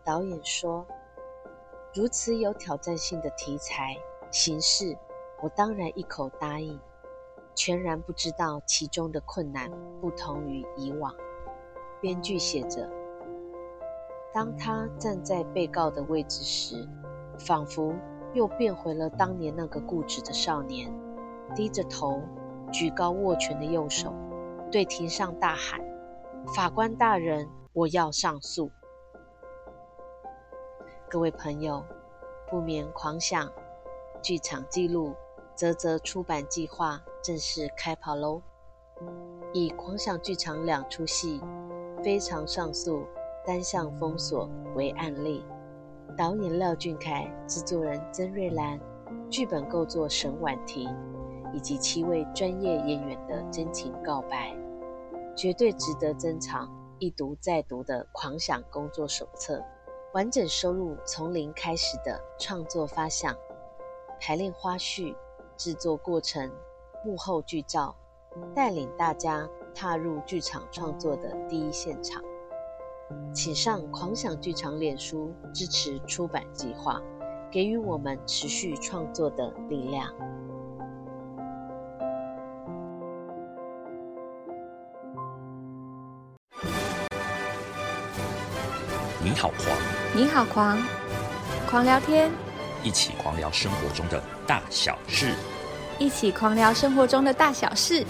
导演说，如此有挑战性的题材形式，我当然一口答应，全然不知道其中的困难不同于以往。编剧写着，当他站在被告的位置时，仿佛又变回了当年那个固执的少年，低着头，举高握拳的右手，对庭上大喊，法官大人，我要上诉。各位朋友，不免狂想，剧场记录啧啧出版计划正式开跑喽！以狂想剧场2出戏非常上诉、单向封锁为案例，导演廖俊凯、制作人曾瑞兰、剧本构作沈婉婷以及7位专业演员的真情告白，绝对值得珍藏一读再读的狂想工作手册，完整收录从零开始的创作发想、排练花絮、制作过程、幕后剧照，带领大家踏入剧场创作的第一现场。请上狂想剧场脸书支持出版计划，给予我们持续创作的力量。 你好狂， 你好狂，狂聊天， 一起狂聊生活中的大小事， 一起狂聊生活中的大小事。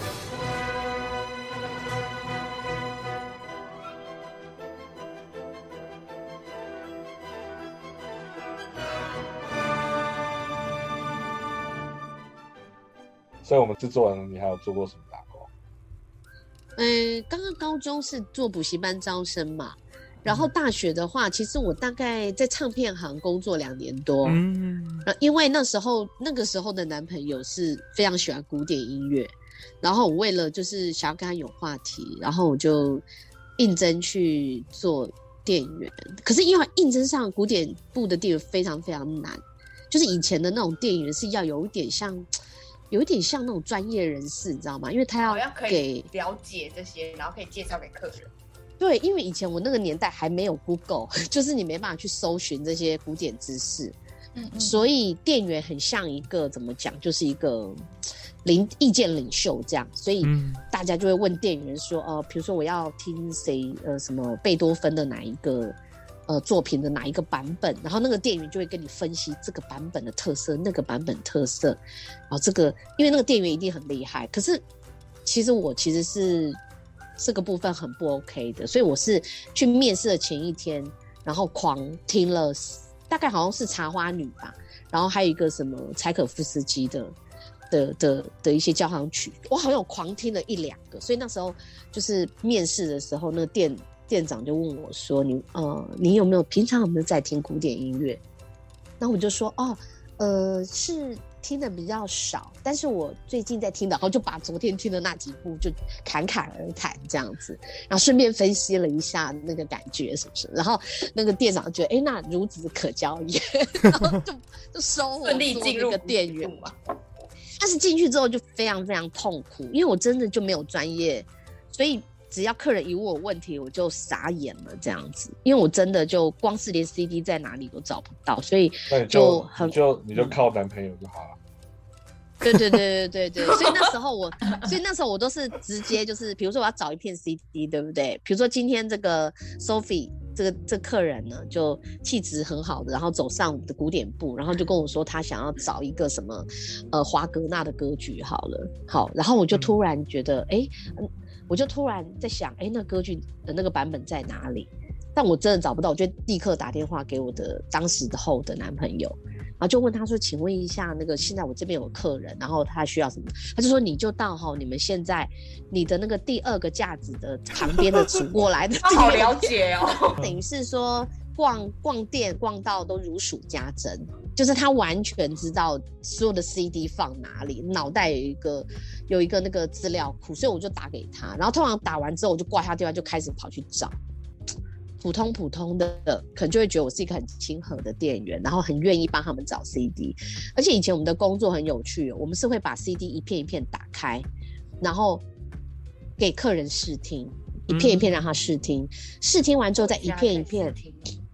所以我们制作人，你还有做过什么打工？ 刚刚高中是做补习班招生嘛，然后大学的话，其实我大概在唱片行工作2年多。因为那个时候的男朋友是非常喜欢古典音乐，然后我为了就是想要跟他有话题，然后我就应征去做店员。可是因为应征上古典部的店员非常非常难，就是以前的那种店员是要有一点像那种专业人士，你知道吗？因为他要可以了解这些，然后可以介绍给客人。 对，因为以前我那个年代还没有 Google， 就是你没办法去搜寻这些古典知识。所以店员很像一个怎么讲，就是一个意见领袖这样，所以大家就会问店员说，比如说我要听谁什么贝多芬的哪一个作品的哪一个版本，然后那个店员就会跟你分析这个版本的特色，那个版本特色，然后因为那个店员一定很厉害，可是我其实是这个部分很不 OK 的，所以我是去面试的前一天，然后狂听了大概好像是茶花女吧，然后还有一个什么柴可夫斯基的一些交响曲，我好像有狂听了1-2个，所以那时候就是面试的时候，那个店长就问我说，你有没有平常有没有在听古典音乐？然后我就说是听的比较少，但是我最近在听的，然后就把昨天听的那几部就侃侃而谈这样子，然后顺便分析了一下那个感觉是不是，然后那个店长觉得那孺子可教也，然后就收我做那个店员嘛。但是进去之后就非常非常痛苦，因为我真的就没有专业，所以只要客人一问我问题，我就傻眼了这样子，因为我真的就光是连 CD 在哪里都找不到，所以你就靠男朋友就好了。 对，所以那时候我都是直接就是，比如说我要找一片 CD， 对不对？比如说今天这个 Sophie 这客人呢，就气质很好的，然后走上我们的古典部，然后就跟我说他想要找一个什么华格纳的歌剧好，然后我就突然觉得我就突然在想，那歌剧的那个版本在哪里？但我真的找不到，我就立刻打电话给我的当时的后的男朋友，然后就问他说，请问一下，那个现在我这边有客人，然后他需要什么？他就说你就到你们现在你的那个第2个架子的旁边的走过来的好了解哦， 等于是说逛店逛到都如数家珍，就是他完全知道所有的 CD 放哪里，脑袋有一个那个资料库，所以我就打给他，然后通常打完之后我就挂他电话，就开始跑去找普通的，可能就会觉得我是一个很亲和的店员，然后很愿意帮他们找 CD。 而且以前我们的工作很有趣，我们是会把 CD 一片一片打开，然后给客人试听，一片一片让他试听，试听完之后再一片一片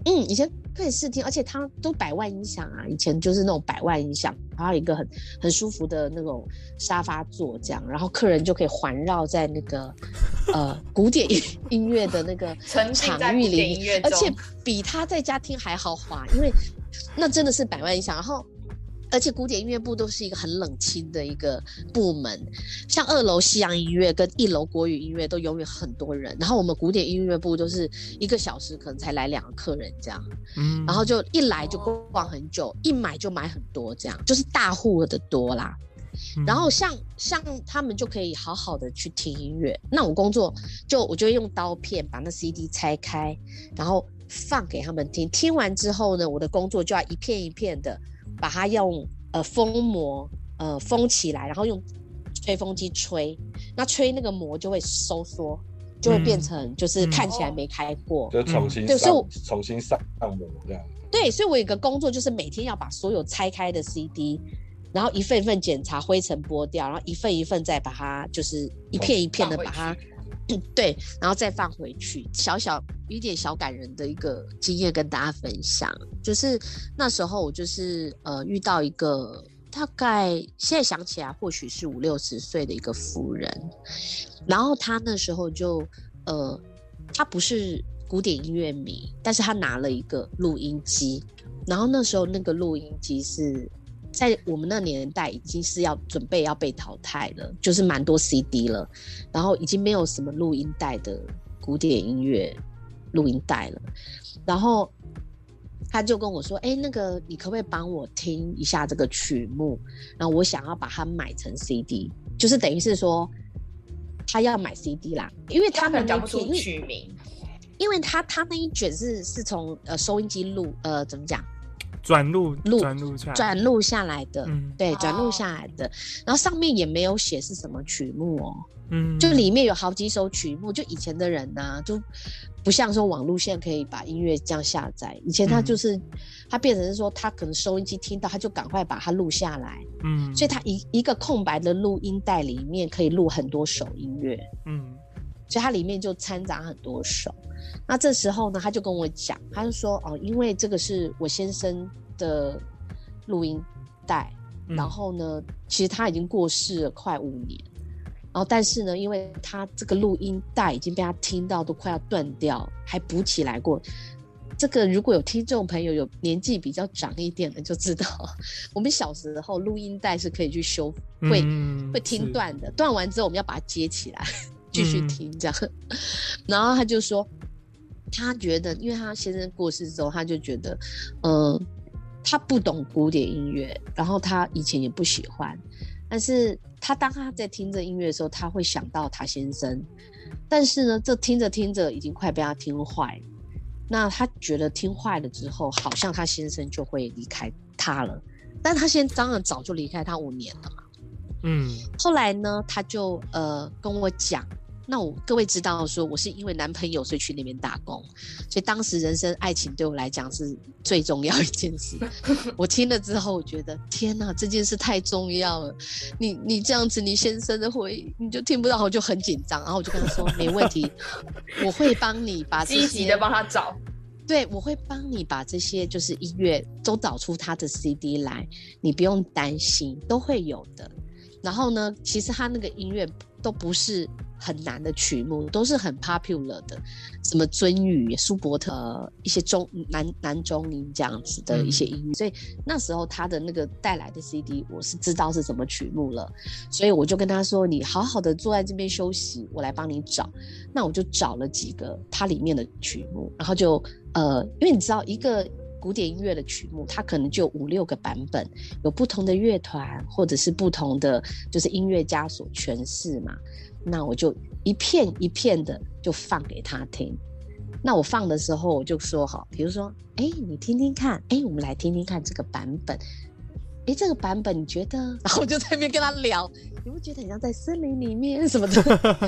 以前可以试听，而且它都100万音响啊，以前就是那种100万音响，还有一个很舒服的那种沙发座这样，然后客人就可以环绕在那个古典音乐的那个场域里面，而且比他在家听还豪华，因为那真的是100万音响，然后。而且古典音乐部都是一个很冷清的一个部门，像2楼西洋音乐跟1楼国语音乐都永远很多人，然后我们古典音乐部都是1个小时可能才来2个客人这样，然后就一来就逛很久，一买就买很多这样，就是大户的多啦。然后像他们就可以好好的去听音乐，那我工作我就会用刀片把那 CD 拆开，然后放给他们听，听完之后呢，我的工作就要一片一片的把它用封膜封起来，然后用吹风机吹，那吹那个膜就会收缩，就会变成就是看起来没开过， 就重新上膜这样。 对，所以我有一个工作就是每天要把所有拆开的 CD， 然后一份一份检查，灰尘剥掉，然后一份一份再把它就是一片一片的把它。对，然后再放回去，有点小感人的一个经验跟大家分享，就是那时候我就是遇到一个大概现在想起来或许是50-60岁的一个妇人，然后她那时候就她不是古典音乐迷，但是她拿了一个录音机，然后那时候那个录音机是在我们那年代已经是准备要被淘汰了，就是蛮多 CD 了，然后已经没有什么录音带的古典音乐录音带了，然后他就跟我说那个你可不可以帮我听一下这个曲目，然后我想要把它买成 CD， 就是等于是说他要买 CD 啦，因为他们讲不出曲名， 因为他那一卷是从收音机录怎么讲转录下来的，对，转录下来的，然后上面也没有写是什么曲目哦，就里面有好几首曲目，就以前的人啊，就不像说网路线可以把音乐这样下载，以前他就是他变成是说他可能收音机听到他就赶快把它录下来，所以他一个空白的录音带里面可以录很多首音乐，所以它里面就掺杂很多首。那这时候呢，他就跟我讲，他就说因为这个是我先生的录音带，然后呢，其实他已经过世了快5年，然后但是呢，因为他这个录音带已经被他听到都快要断掉，还补起来过。这个如果有听众朋友有年纪比较长一点的就知道，我们小时候录音带是可以去修，会听断的，断完之后我们要把它接起来继续听这样。然后他就说他觉得因为他先生过世之后，他就觉得他不懂古典音乐，然后他以前也不喜欢，但是当他在听着音乐的时候，他会想到他先生，但是呢这听着听着已经快被他听坏了，那他觉得听坏了之后好像他先生就会离开他了，但他现在当然早就离开他5年了嘛。后来呢他就跟我讲，那各位知道说我是因为男朋友所以去那边打工，所以当时人生爱情对我来讲是最重要一件事。我听了之后我觉得天哪，这件事太重要了，你这样子你先生的回忆你就听不到，我就很紧张，然后我就跟他说没问题，我会帮你把这些积极的帮他找， 对，我会帮你把这些就是音乐都找出他的 CD 来，你不用担心，都会有的。然后呢，其实他那个音乐都不是很难的曲目，都是很 popular 的，什么尊语、舒伯特一些男中音这样子的一些音乐，所以那时候他的那个带来的 CD 我是知道是什么曲目了，所以我就跟他说你好好的坐在这边休息，我来帮你找。那我就找了几个它里面的曲目，然后就因为你知道一个古典音乐的曲目它可能就5-6个版本，有不同的乐团或者是不同的就是音乐家所诠释嘛，那我就一片一片的就放给他听。那我放的时候我就说好，比如说你听听看，我们来听听看这个版本，这个版本你觉得，然后我就在那边跟他聊，你会觉得很像在森林里面什么的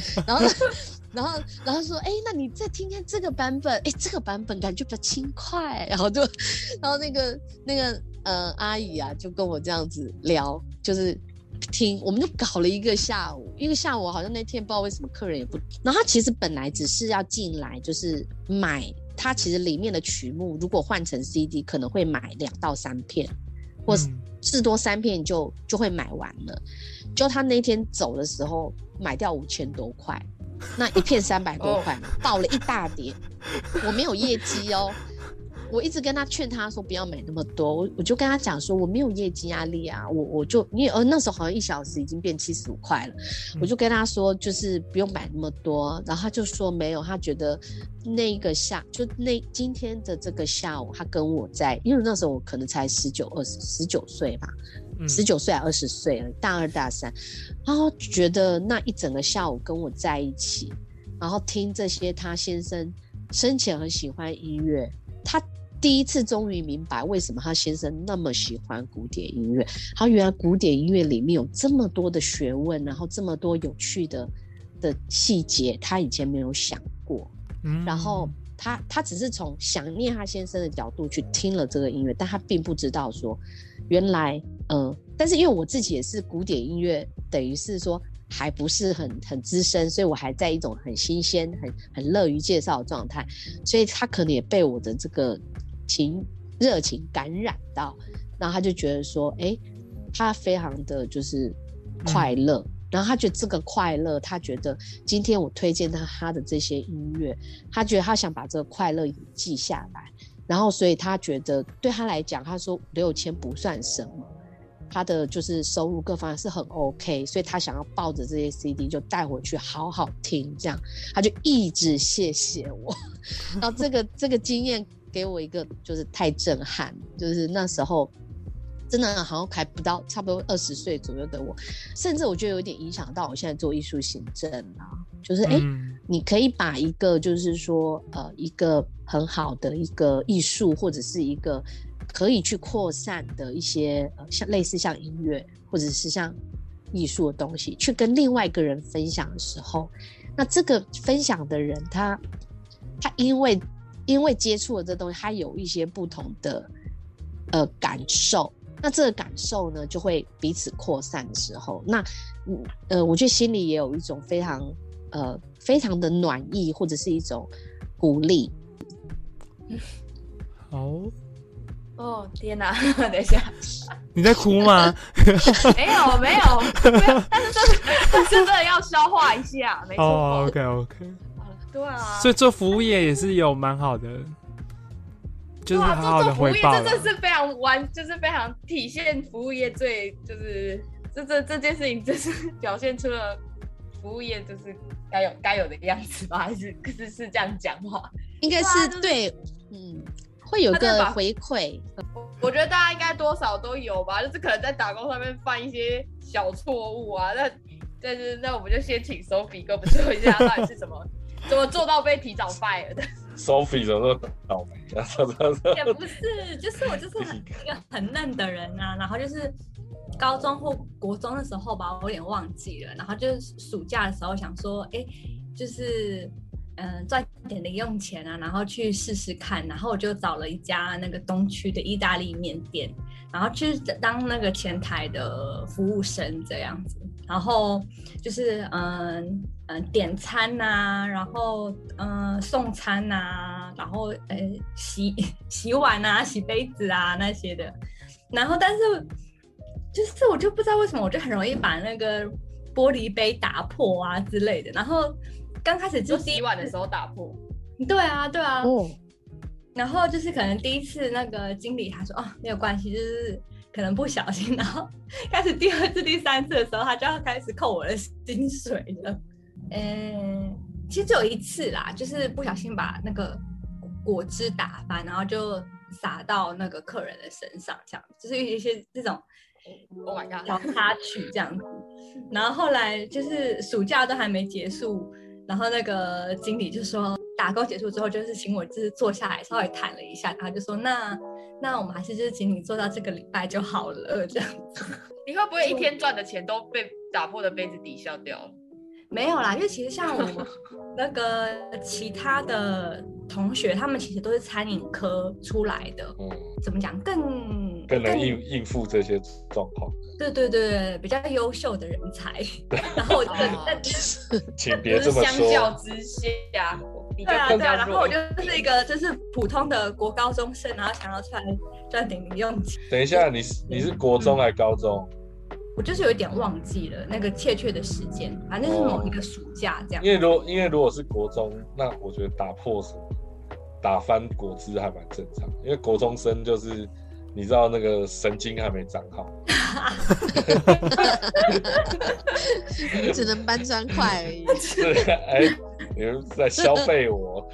然后说那你再听看这个版本，这个版本感觉比较轻快，然后那个阿姨啊就跟我这样子聊，就是听，我们就搞了一个下午好像那天不知道为什么客人也不，然后他其实本来只是要进来就是买它其实里面的曲目如果换成 CD 可能会买2到3片，或至多3片就会买完了。就他那天走的时候买掉5000多块，那一片300多块，爆了一大叠。我没有业绩哦，我一直跟他劝他说不要买那么多，我就跟他讲说我没有业绩压力啊，我就因为那时候好像1小时已经变75块了，我就跟他说就是不用买那么多，然后他就说没有，他觉得那个今天的这个下午他跟我在，因为那时候我可能才19岁吧，19岁还20岁了，大2大3，然后觉得那一整个下午跟我在一起，然后听这些他先生生前很喜欢音乐，他第一次终于明白为什么他先生那么喜欢古典音乐，他原来古典音乐里面有这么多的学问，然后这么多有趣的细节，他以前没有想过。然后他只是从想念他先生的角度去听了这个音乐，但他并不知道说原来但是因为我自己也是古典音乐等于是说还不是很资深，所以我还在一种很新鲜很乐于介绍的状态，所以他可能也被我的这个热情感染到，然后他就觉得说他非常的就是快乐，然后他觉得这个快乐，他觉得今天我推荐他的这些音乐，他觉得他想把这个快乐也记下来，然后所以他觉得对他来讲，他说6000不算什么，他的就是收入各方面是很 OK， 所以他想要抱着这些 CD 就带回去好好听，这样他就一直谢谢我。然后这个经验给我一个就是太震撼，就是那时候真的好像还不到差不多20岁左右的我，甚至我觉得有点影响到我现在做艺术行政啊，就是你可以把一个就是说一个很好的一个艺术，或者是一个可以去扩散的一些像类似像音乐或者是像艺术的东西去跟另外一个人分享的时候，那这个分享的人他因为接触了这东西，他有一些不同的感受，那这个感受呢就会彼此扩散的时候，那我觉得心里也有一种非常的暖意，或者是一种鼓励。 好哦，天哪！等一下， 你在哭吗？ 没有，但是这真的要消化一下，没错。 哦 ，OK， 对啊， 所以做服务业也是有蛮好的，就是很好的回报。 这是非常就是非常体现服务业最就是这件事情，就是表现出了服务业就是该有的样子吧？还是这样讲话？ 应该是对，会有个回馈。 我觉得大家应该多少都有吧，就是可能在打工上面犯一些小错误啊。那我们就先请 Sophie 跟我们说一下，到底是怎么做到被提早 fire 的。 Sophie 怎么倒霉啊？ 也不是，就是我就是一个很嫩的人啊，然后就是高中或国中的时候吧，我有点忘记了，然后就是暑假的时候想说，就是赚点零用钱啊，然后去试试看，然后我就找了一家那个东区的意大利面店，然后去当那个前台的服务生这样子，然后就是点餐啊，然后送餐啊，然后洗碗啊、洗杯子啊那些的，然后但是就是我就不知道为什么我就很容易把那个玻璃杯打破啊之类的，然后刚开始就洗碗的时候打破。 对啊然后就是可能第一次那个经理他说没有关系，就是可能不小心，然后开始第二次第三次的时候他就要开始扣我的薪水了。其实只有一次啦，就是不小心把那个果汁打翻，然后就洒到那个客人的身上，这样就是一些这种 Oh my god 小插曲这样子。然后后来就是暑假都还没结束，然后那个经理就说打工结束之后就是请我就是坐下来稍微谈了一下，然后就说那我们还是就是请你做到这个礼拜就好了这样子。 你会不会一天赚的钱都被打破的杯子抵消掉了？ 没有啦，因为其实像我们那个其他的同学，他们其实都是餐饮科出来的，怎么讲更能应付这些状况。 对，比较优秀的人才。然后我就请别这么说。 相较之下，你就更加然后我就是一个就是普通的国高中生，然后想要出来赚点零用钱。 等一下，你是国中还是高中？ 我就是有一点忘记了那个确切的时间，反正是某一个暑假这样。 因为如果是国中，那我觉得打翻果汁还蛮正常，因为国中生就是你知道那个神经还没长好， 只能搬砖块而已。 是你们在消费我。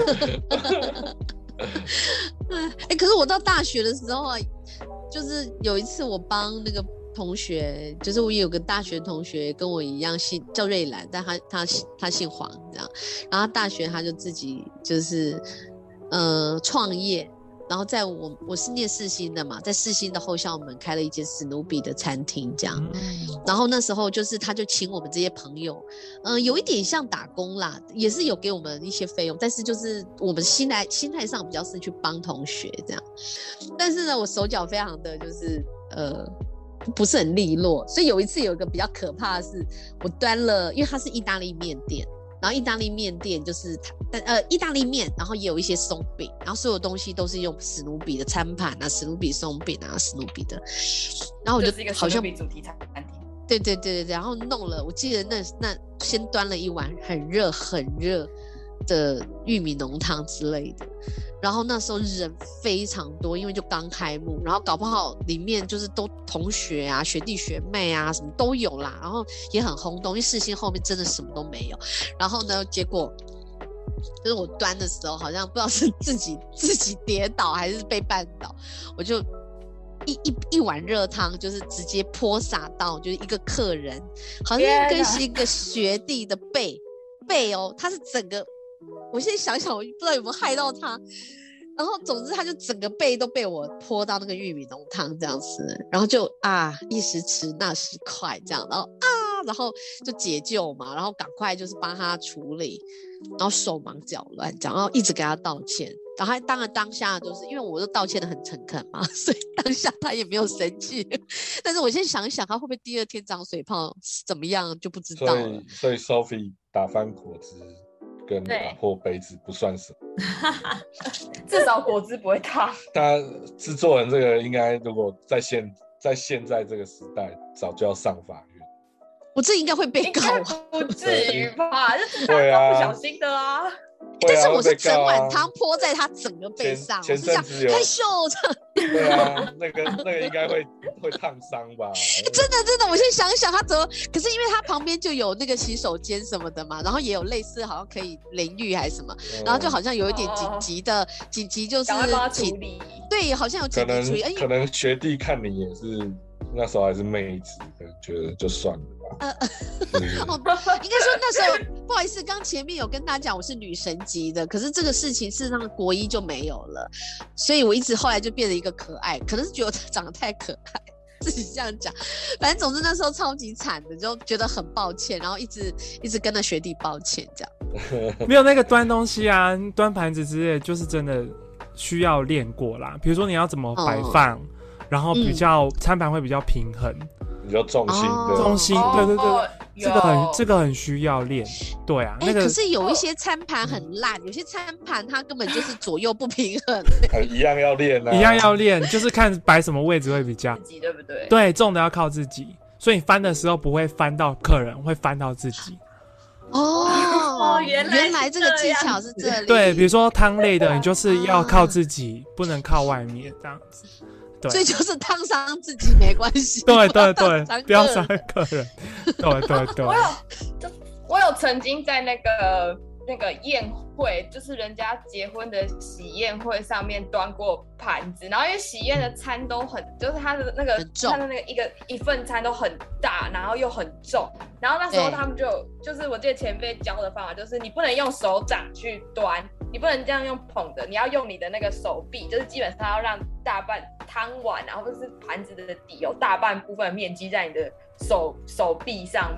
可是我到大学的时候啊，就是有一次我帮那个同学，就是我也有个大学同学跟我一样叫瑞兰，但他姓黄这样，然后大学他就自己就是创业，然后在我是念世新的嘛，在世新的后校门开了一间史努比的餐厅这样，然后那时候就是他就请我们这些朋友，有一点像打工啦，也是有给我们一些费用，但是就是我们心态上比较是去帮同学这样，但是呢，我手脚非常的就是不是很利落，所以有一次有一个比较可怕的是，我端了，因为它是意大利面店，然后意大利面店就是意大利面，然后也有一些松饼，然后所有东西都是用史努比的餐盘啊，史努比松饼啊，史努比的，然后我就好像史努比主题餐厅， 对，然后弄了，我记得那先端了一碗很热的玉米浓汤之类的，然后那时候人非常多，因为就刚开幕，然后搞不好里面就是都同学啊、学弟学妹啊，什么都有啦，然后也很轰动，因为世新后面真的什么都没有。然后呢，结果就是我端的时候，好像不知道是自己跌倒还是被绊倒，我就一碗热汤就是直接泼洒到就是一个客人，好像应该是一个学弟的背哦，他是整个。我现在想想，我不知道有没有害到他，然后总之他就整个背都被我泼到那个玉米浓汤这样子，然后就一时迟那时快这样，然后就解救嘛，然后赶快就是帮他处理，然后手忙脚乱这样，然后一直给他道歉，然后当然当下就是因为我都道歉的很诚恳嘛，所以当下他也没有生气，但是我现在想一想，他会不会第二天长水泡怎么样就不知道了。 所以 Sophie 打翻果汁跟打破杯子不算什么， 至少果汁不会烫。 他制作人这个应该如果在现在这个时代，早就要上法院。 我这应该会被告， 不至于吧？就是大家不小心的啊。 但是我是整碗汤泼在他整个背上， 前阵子有害羞的。 对啊，那个应该会烫伤吧？ 真的，我现在想一想，他怎么？可是因为他旁边就有那个洗手间什么的嘛，然后也有类似好像可以淋浴还是什么，然后就好像有一点紧急就是处理。 对，好像有紧急处理。 可能学弟看你也是那时候还是妹子，觉得就算了。 应该说那时候不好意思，刚前面有跟大家讲我是女神级的，可是这个事情事实上国一就没有了，所以我一直后来就变得一个可爱，可能是觉得我长得太可爱，自己这样讲，反正总之那时候超级惨的，就觉得很抱歉，然后一直跟那学弟抱歉这样。 没有那个端东西啊，端盘子之类，就是真的需要练过啦。比如说你要怎么摆放，然后比较餐盘会比较平衡。 比较重心的， 对，这个很需要练，对啊。 可是有一些餐盘很烂，有些餐盘它根本就是左右不平衡。 一样要练啊， 一样要练，就是看摆什么位置会比较自己，对不对？ 对，重的要靠自己，所以你翻的时候不会翻到客人，会翻到自己。 原来这个技巧是这里。 对，比如说汤类的，你就是要靠自己，不能靠外面这样子。 所以就是烫伤自己没关系， 对，不要伤害客人，对。 我有曾经在那个宴会，就是人家结婚的喜宴会上面端过盘子，然后因为喜宴的餐都很，就是它的那个它的那个一份餐都很大，然后又很重，然后那时候他们就是我记得前辈教的方法，就是你不能用手掌去端，你不能这样用捧的，你要用你的那个手臂，就是基本上要让大半汤碗然后或者是盘子的底有大半部分的面积在你的手臂上面，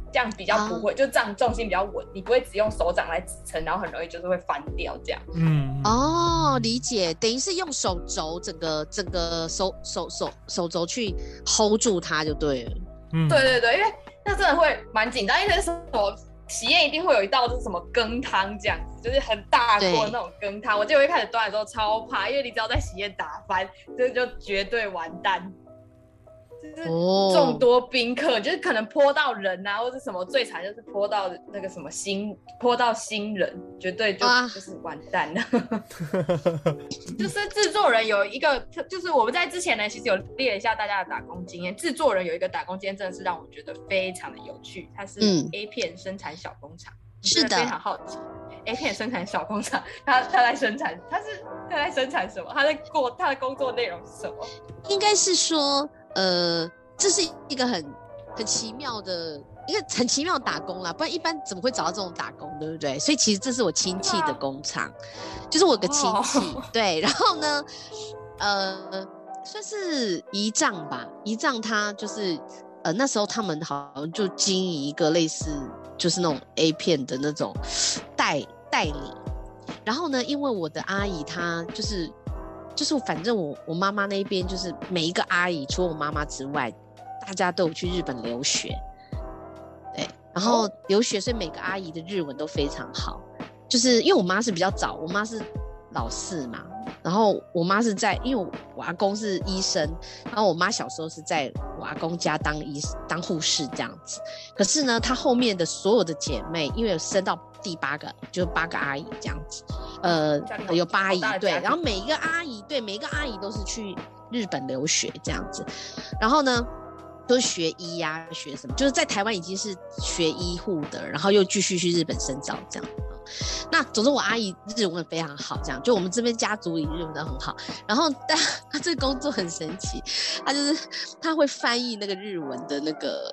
这样比较不会，就这样重心比较稳，你不会只用手掌来支撑，然后很容易就是会翻掉这样。 理解，等于是用手肘整个手肘去 hold 住它就对了。 对，因为那真的会蛮紧张，因为那什么喜宴一定会有一道就是什么羹汤这样子，就是很大锅的那种羹汤。我记得我一开始端的时候超怕，因为你只要在喜宴打翻，这就绝对完蛋。就是众多宾客，就是可能泼到人啊，或者什么，最惨就是泼到那个什么泼到新人，绝对就是完蛋了。就是制作人有一个，就是我们在之前呢，其实有列一下大家的打工经验。制作人有一个打工经验，真的是让我觉得非常的有趣。他是 A 片生产小工厂， 是的， 非常好奇 A 片生产小工厂，他在生产，他在生产什么？他的工作内容是什么？ 应该是说。这是一个很奇妙的打工啦，不然一般怎么会找到这种打工，对不对？所以其实这是我亲戚的工厂，就是我有个亲戚，对，然后呢，算是姨丈吧，姨丈他就是那时候他们好像就经营一个类似就是那种 A 片的那种代理，然后呢，因为我的阿姨她就是反正我妈妈那边就是每一个阿姨除了我妈妈之外，大家都有去日本留学，对，然后留学，所以每个阿姨的日文都非常好。就是因为我妈是比较早，我妈是老四嘛，然后我妈是因为我阿公是医生，然后我妈小时候是在我阿公家当护士这样子。可是呢，她后面的所有的姐妹，因为有生到第8个，就是8个阿姨这样子。有8阿姨，对，然后每一个阿姨都是去日本留学这样子，然后呢都是学医呀，学什么，就是在台湾已经是学医护的，然后又继续去日本深造这样。那总之我阿姨日文非常好，这样就我们这边家族里日文都很好。然后但她这个工作很神奇，她会翻译那个日文的那个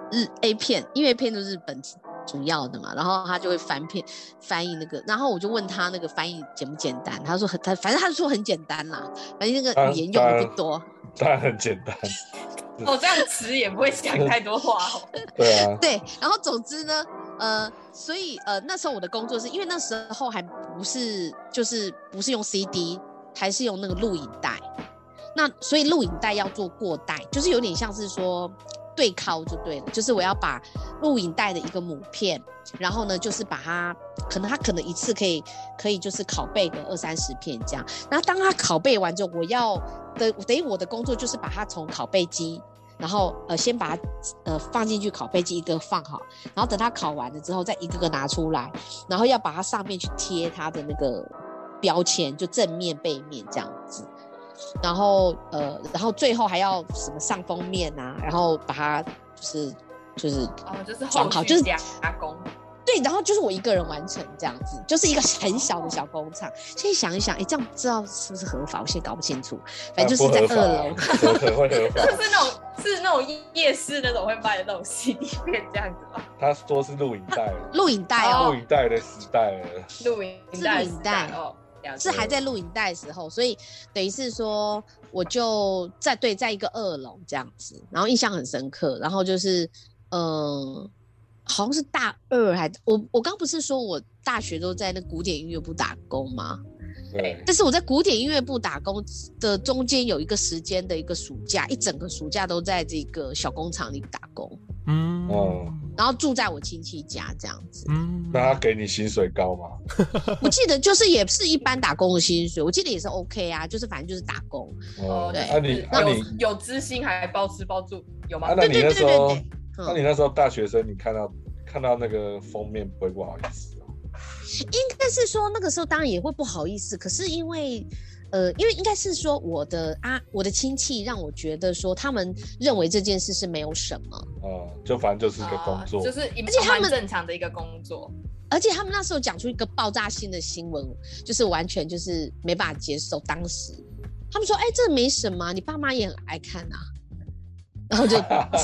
A 片，因为 A 片都是日本主要的嘛，然后他就会翻译那个，然后我就问他那个翻译简不简单，他说反正他说很简单啦，反正那个语言用的不多， 当然很简单。 这样词也不会讲太多话哦。 对啊， 对，然后总之呢，所以那时候我的工作是因为那时候还不是用 CD， 还是用那个录影带，那所以录影带要做过带，就是有点像是说。对拷就对了，就是我要把录影带的一个母片，然后呢，就是把它可能一次可以就是拷贝个20-30片这样。然后当它拷贝完之后，等于我的工作就是把它从拷贝机，然后先把它放进去拷贝机一个放好，然后等它拷完了之后，再一个个拿出来，然后要把它上面去贴它的那个标签，就正面背面这样子。然后最后还要什么上封面啊，然后把它就是装好，就是加工。 对，然后就是我一个人完成这样子，就是一个很小的小工厂。现在想一想，这样不知道是不是合法？我现在搞不清楚。反正就是在2楼， 可能会合法。 是那种夜市那种会卖的那种 CD 片这样子吗？ 他说是录影带， 录影带哦， 录影带的时代了， 录影带哦。 是还在录影带的时候，所以等于是说我就在一个2楼这样子，然后印象很深刻。然后就是好像是大2还我刚不是说我大学都在那古典音乐部打工吗？ 对。 但是我在古典音乐部打工的中间有一个时间的一个暑假，一整个暑假都在这个小工厂里打工。然后住在我亲戚家这样子。 那他给你薪水高吗？ 我记得就是也是一般打工的薪水，我记得也是 OK 啊，就是反正就是打工。 对，有支薪还包吃包住有吗？ 那你那时候，那你那时候大学生，你看到那个封面不会不好意思哦？ 应该是说那个时候当然也会不好意思，可是因为应该是说我的亲戚让我觉得说他们认为这件事是没有什么， 就反正就是一个工作， 就是而且他们正常的一个工作， 而且他们那时候讲出一个爆炸性的新闻，就是完全就是没办法接受。当时他们说：“这没什么，你爸妈也很爱看啊。”然后我就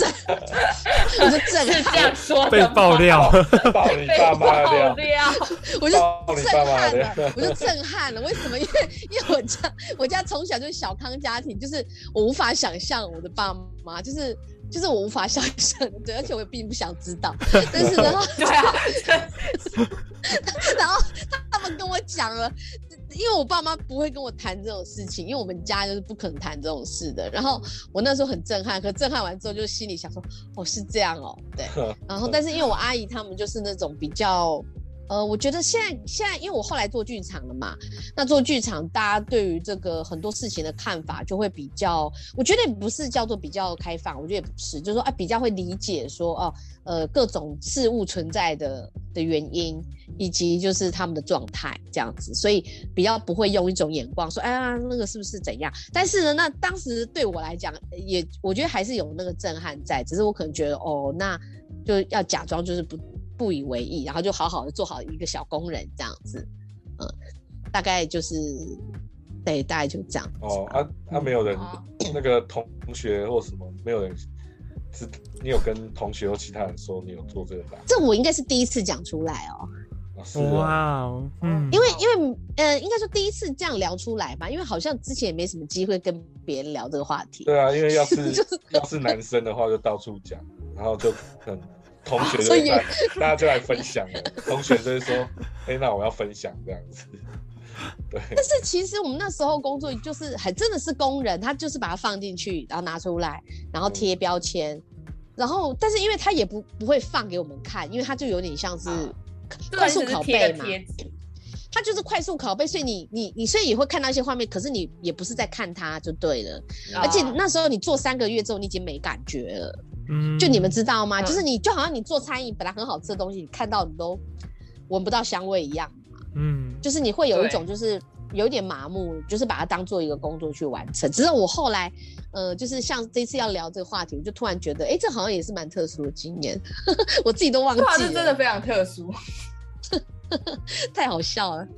震撼， 是这样说的， 被爆料， 爆你爸妈的料， 我就震撼了，为什么？因为我家从小就是小康家庭，就是我无法想象我的爸妈，就是就是我无法想象，对，而且我也并不想知道。但是呢， 对啊， 然后他们跟我讲了，因为我爸妈不会跟我谈这种事情，因为我们家就是不可能谈这种事的。然后我那时候很震撼，可震撼完之后就心里想说，哦，是这样哦，对。然后但是因为我阿姨他们就是那种比较。我觉得现在，因为我后来做剧场了嘛，那做剧场，大家对于这个很多事情的看法就会比较，我觉得也不是叫做比较开放，我觉得也不是，就是说比较会理解说各种事物存在的原因，以及就是他们的状态这样子，所以比较不会用一种眼光说，哎呀，那个是不是怎样？但是呢，那当时对我来讲，也我觉得还是有那个震撼在，只是我可能觉得那就要假装就是不以为意，然后就好好的做好一个小工人这样子，大概就是对，大概就这样子。 没有人那个同学或什么，没有人是你有跟同学或其他人说你有做这个吧？ 这我应该是第一次讲出来哦。 哇哦， 因为应该说第一次这样聊出来吧，因为好像之前也没什么机会跟别人聊这个话题。 对啊，因为要是男生的话就到处讲，然后就很。同学就大家就来分享了，同学就会说：“那我要分享这样子。”对。 但是其实我们那时候工作就是还真的是工人，他就是把它放进去，然后拿出来，然后贴标签，然后但是因为他也不会放给我们看，因为他就有点像是快速拷贝嘛。它就是快速拷贝，所以你虽然也会看到一些画面，可是你也不是在看它就对了。而且那时候你做3个月之后，你已经没感觉了。就你们知道吗？就是你就好像你做餐饮本来很好吃的东西，你看到你都闻不到香味一样。就是你会有一种就是有一点麻木，就是把它当做一个工作去完成。只是我后来就是像这次要聊这个话题，我就突然觉得这好像也是蛮特殊的经验。我自己都忘记了。 这真的非常特殊。 太好笑了。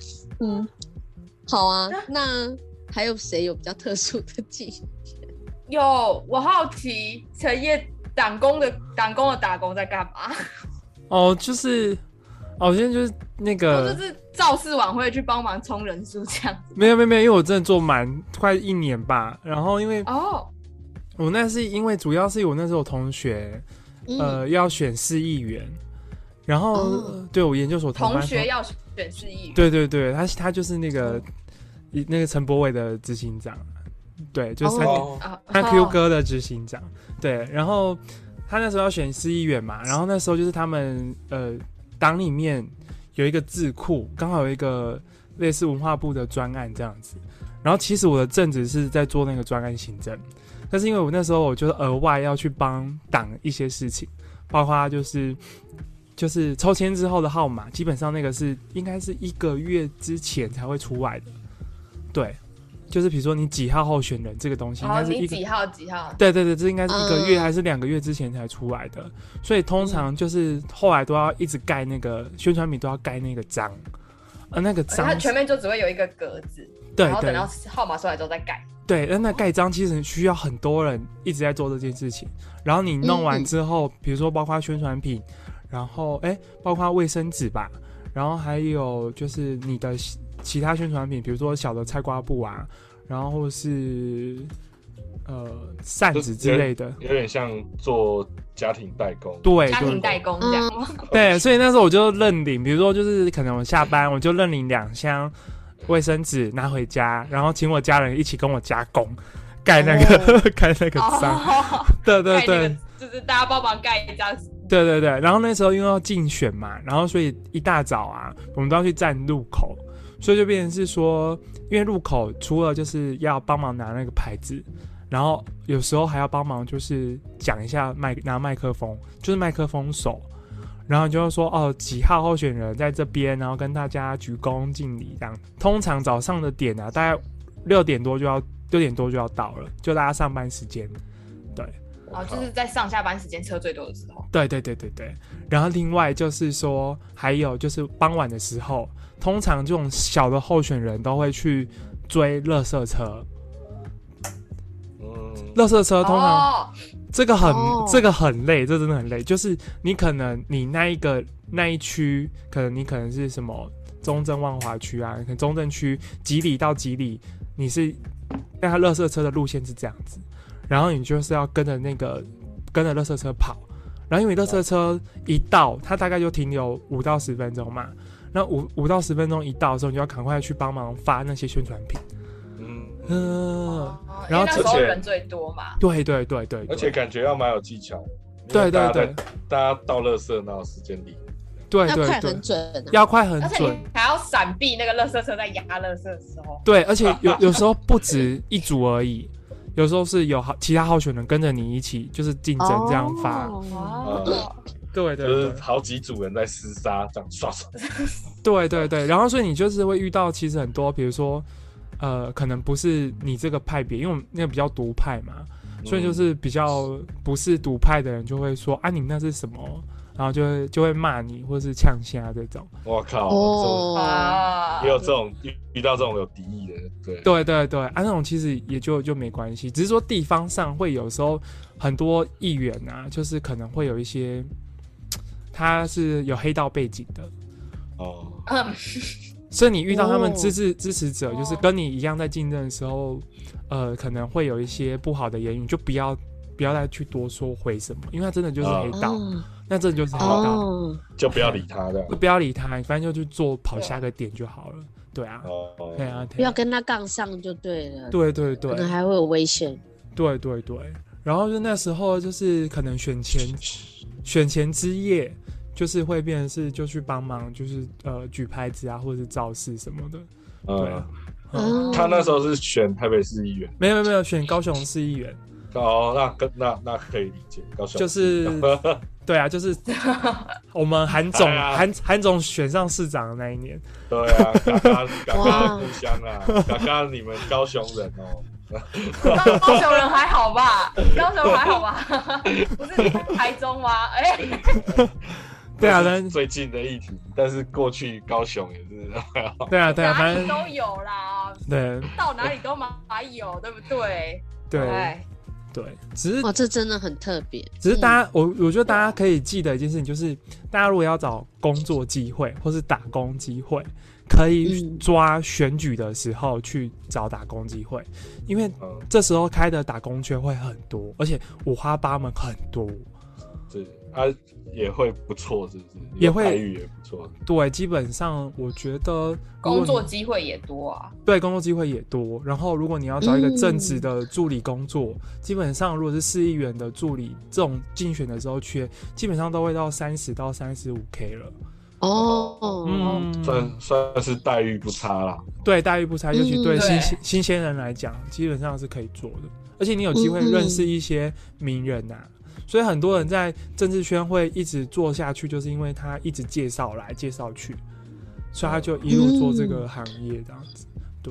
好啊，那还有谁有比较特殊的经验？ 有，我好奇陈烨打工的打工在干嘛？ 就是我现在就是那个， 就是造势晚会去帮忙冲人数这样子。 没有，因为我真的做快1年吧。然后因为我那是因为主要是我那时候同学要选市议员。然后对我研究所同学要选市议员， 对，他就是那个陈柏惟的执行长，对，就是他 Q 哥的执行长，对。然后他那时候要选市议员嘛，然后那时候就是他们党里面有一个智库，刚好有一个类似文化部的专案这样子。然后其实我的正职是在做那个专案行政，但是因为我那时候我就是额外要去帮党一些事情，包括就是抽签之后的号码，基本上那个应该是1个月之前才会出来的。对，就是比如说你几号候选人这个东西，应该是你几号？ 对，这应该是1个月还是2个月之前才出来的。所以通常就是后来都要一直盖那个宣传品，都要盖那个章，那个章它前面就只会有一个格子， 对， 然后等到号码出来之后再盖。 对，那盖章其实需要很多人一直在做这件事情。然后你弄完之后，比如说包括宣传品。然后包括卫生纸吧，然后还有就是你的其他宣传品，比如说小的菜瓜布啊，然后或是扇子之类的， 有点像做家庭代工。 对， 家庭代工这样。 对，所以那时候我就认领，比如说就是可能我下班我就认领2箱卫生纸拿回家，然后请我家人一起跟我加工盖那个盖那个章。对， 就是大家帮忙盖一张。 对，然后那时候因为要竞选嘛，然后所以一大早啊，我们都要去站路口，所以就变成是说，因为路口除了就是要帮忙拿那个牌子，然后有时候还要帮忙就是讲一下拿麦克风，就是麦克风手，然后就说几号候选人在这边，然后跟大家鞠躬敬礼这样。通常早上的点啊，大概6点多就要到了，就大家上班时间，对。 就是在上下班时间车最多的时候。 对。然后另外就是说，还有就是傍晚的时候，通常这种小的候选人都会去追垃圾车。垃圾车通常这个很累，这真的很累。就是你可能你那一区，可能是什么中正万华区啊，可能中正区几里到几里，你是那他垃圾车的路线是这样子。 然后你就是要跟着垃圾车跑，然后因为垃圾车一到，它大概就停留5到10分钟嘛，那5到10分钟一到的时候，你就要赶快去帮忙发那些宣传品。 然后那时候人最多嘛。 对， 而且感觉要蛮有技巧。 对，大家倒垃圾哪有时间理？ 对， 要快很准啊， 要快很准， 还要闪避那个垃圾车在压垃圾的时候。 对，而且有时候不止一组而已，有时候是有其他候选人跟着你一起，就是竞争这样发。对， 就是好几组人在厮杀，这样刷。 对，然后所以你就是会遇到其实很多，比如说可能不是你这个派别，因为我们那个比较独派嘛，所以就是比较不是独派的人就会说啊，你们那是什么？然后就会骂你，或是呛虾这种。 我靠！也有这种遇到这种有敌意的， 对啊，那种其实也就没关系，只是说地方上会有时候很多议员啊，就是可能会有一些他是有黑道背景的所以你遇到他们支持者，就是跟你一样在竞争的时候，可能会有一些不好的言语，就不要再去多说回什么，因为他真的就是黑道。那这就是黑道， 就不要理他的， 就不要理他，反正就去跑下个点就好了。对啊，对啊， 不要跟他杠上就对了。 对， 可能还会有危险。 对，然后就那时候就是可能选前之夜，就是会变成是就去帮忙，就是举牌子啊，或者是造势什么的。对啊， 他那时候是选台北市议员， 没有选高雄市议员。 那可以理解，高雄就是对啊，就是我们韩总选上市长的那一年。 对啊，嘎嘎故乡啊，嘎嘎你们高雄人哦。 高雄人还好吧？不是台中吗？ 对啊， 最近的议题，但是过去高雄也是。 对啊， 哪里都有啦。 对， 到哪里都有，对不对？ 对，只是这真的很特别。 只是大家，我觉得大家可以记得一件事情，就是大家如果要找工作机会或是打工机会，可以抓选举的时候去找打工机会，因为这时候开的打工圈会很多，而且五花八门很多。 对，也会不错，是不是？ 也会待遇也不错。 对，基本上我觉得工作机会也多啊。 对，工作机会也多。然后，如果你要找一个正职的助理工作，基本上如果是市议员的助理，这种竞选的时候缺，基本上都会到30到35K 了。 算是待遇不差啦。 对，待遇不差，尤其对新鲜人来讲，基本上是可以做的。而且你有机会认识一些名人啊。所以很多人在政治圈会一直做下去，就是因为他一直介绍来介绍去，所以他就一路做这个行业这样子。对，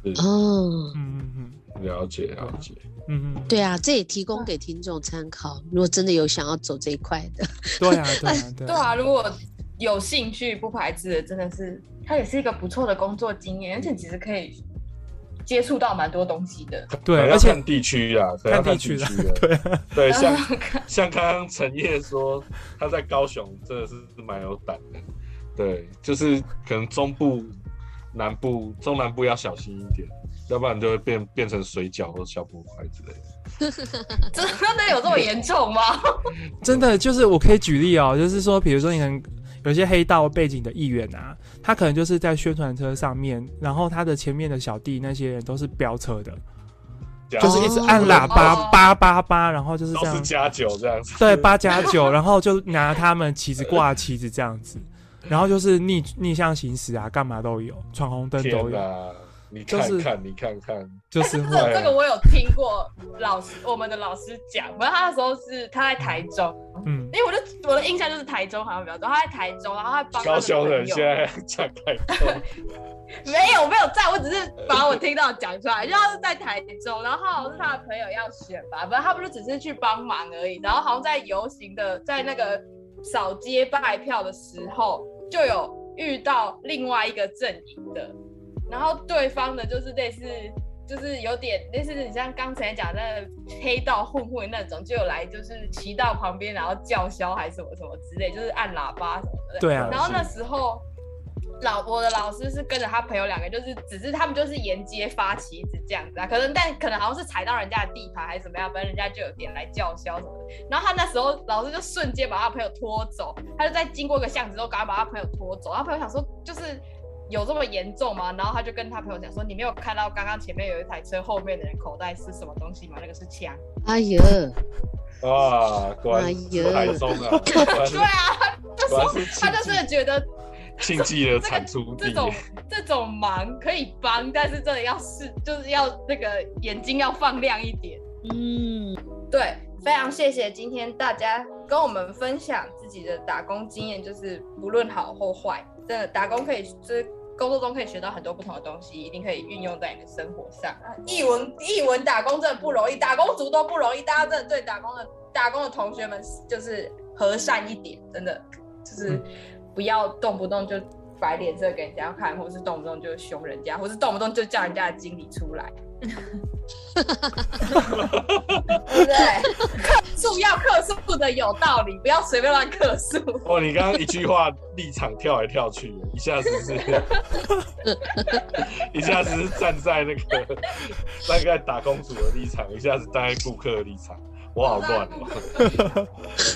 了解。 对啊，这也提供给听众参考。如果真的有想要走这一块的， 对啊，如果有兴趣不排斥的，真的是它也是一个不错的工作经验，而且其实可以接触到蛮多东西的。 对，而且看地区啊，看地区的。对，像刚刚陈烨说，他在高雄真的是蛮有胆的。对，就是可能中南部要小心一点，要不然就会变成水饺或小波块之类的。 真的有这么严重吗？ 真的，就是我可以举例哦，就是说，比如说你可能有些黑道背景的议员啊，他可能就是在宣传车上面，然后他的前面的小弟那些人都是飙车的，就是一直按喇叭888，然后就是这样， 都是加9这样子。 对，8+9，然后就拿他们旗子挂旗子这样子，然后就是逆向行驶啊，干嘛都有，闯红灯都有。 你看看， 就是这个我有听过我们的老师讲，反正他那时候是他在台中，因为我的印象就是台中好像比较多，他在台中，然后他帮高雄人现在讲台中， 没有在，我只是把我听到讲出来，就他是在台中，然后好像是他的朋友要选吧，反正他不就只是去帮忙而已，然后好像在游行的，在那个扫街拜票的时候，就有遇到另外一个阵营的。然后对方的就是类似，就是有点类似你像刚才讲的黑道混混那种，就有来就是骑到旁边，然后叫嚣还是什么什么之类，就是按喇叭什么的。 对啊。 然后那时候我的老师是跟着他朋友2个，就是只是他们就是沿街发旗子这样子啊，但可能好像是踩到人家的地盘还是怎么样，反正人家就有点来叫嚣什么的。然后他那时候老师就瞬间把他朋友拖走，他就在经过一个巷子之后赶快把他朋友拖走。他朋友想说就是有这么严重吗？然后他就跟他朋友讲说，你没有看到刚刚前面有一台车后面的人口袋是什么东西吗？那个是枪。 哎呀， 哇，果然是台中啊！ 对啊，他就是觉得禁忌的产出地， 这种忙可以帮，但是真的就是要那个眼睛要放亮一点。对，非常谢谢今天大家跟我们分享自己的打工经验，就是不论好或坏，真的打工可以就是工作中可以学到很多不同的东西，一定可以运用在你的生活上。艺文打工真的不容易，打工族都不容易，大家真的对打工的同学们就是和善一点，真的就是不要动不动就摆脸色给人家看，或是动不动就凶人家，或是动不动就叫人家的经理出来。对不对？客诉要客诉的有道理，不要随便乱客诉。 哦，你刚刚一句话立场跳来跳去，一下子是站在那个打工族的立场，一下子站在顾客的立场，我好乱哦。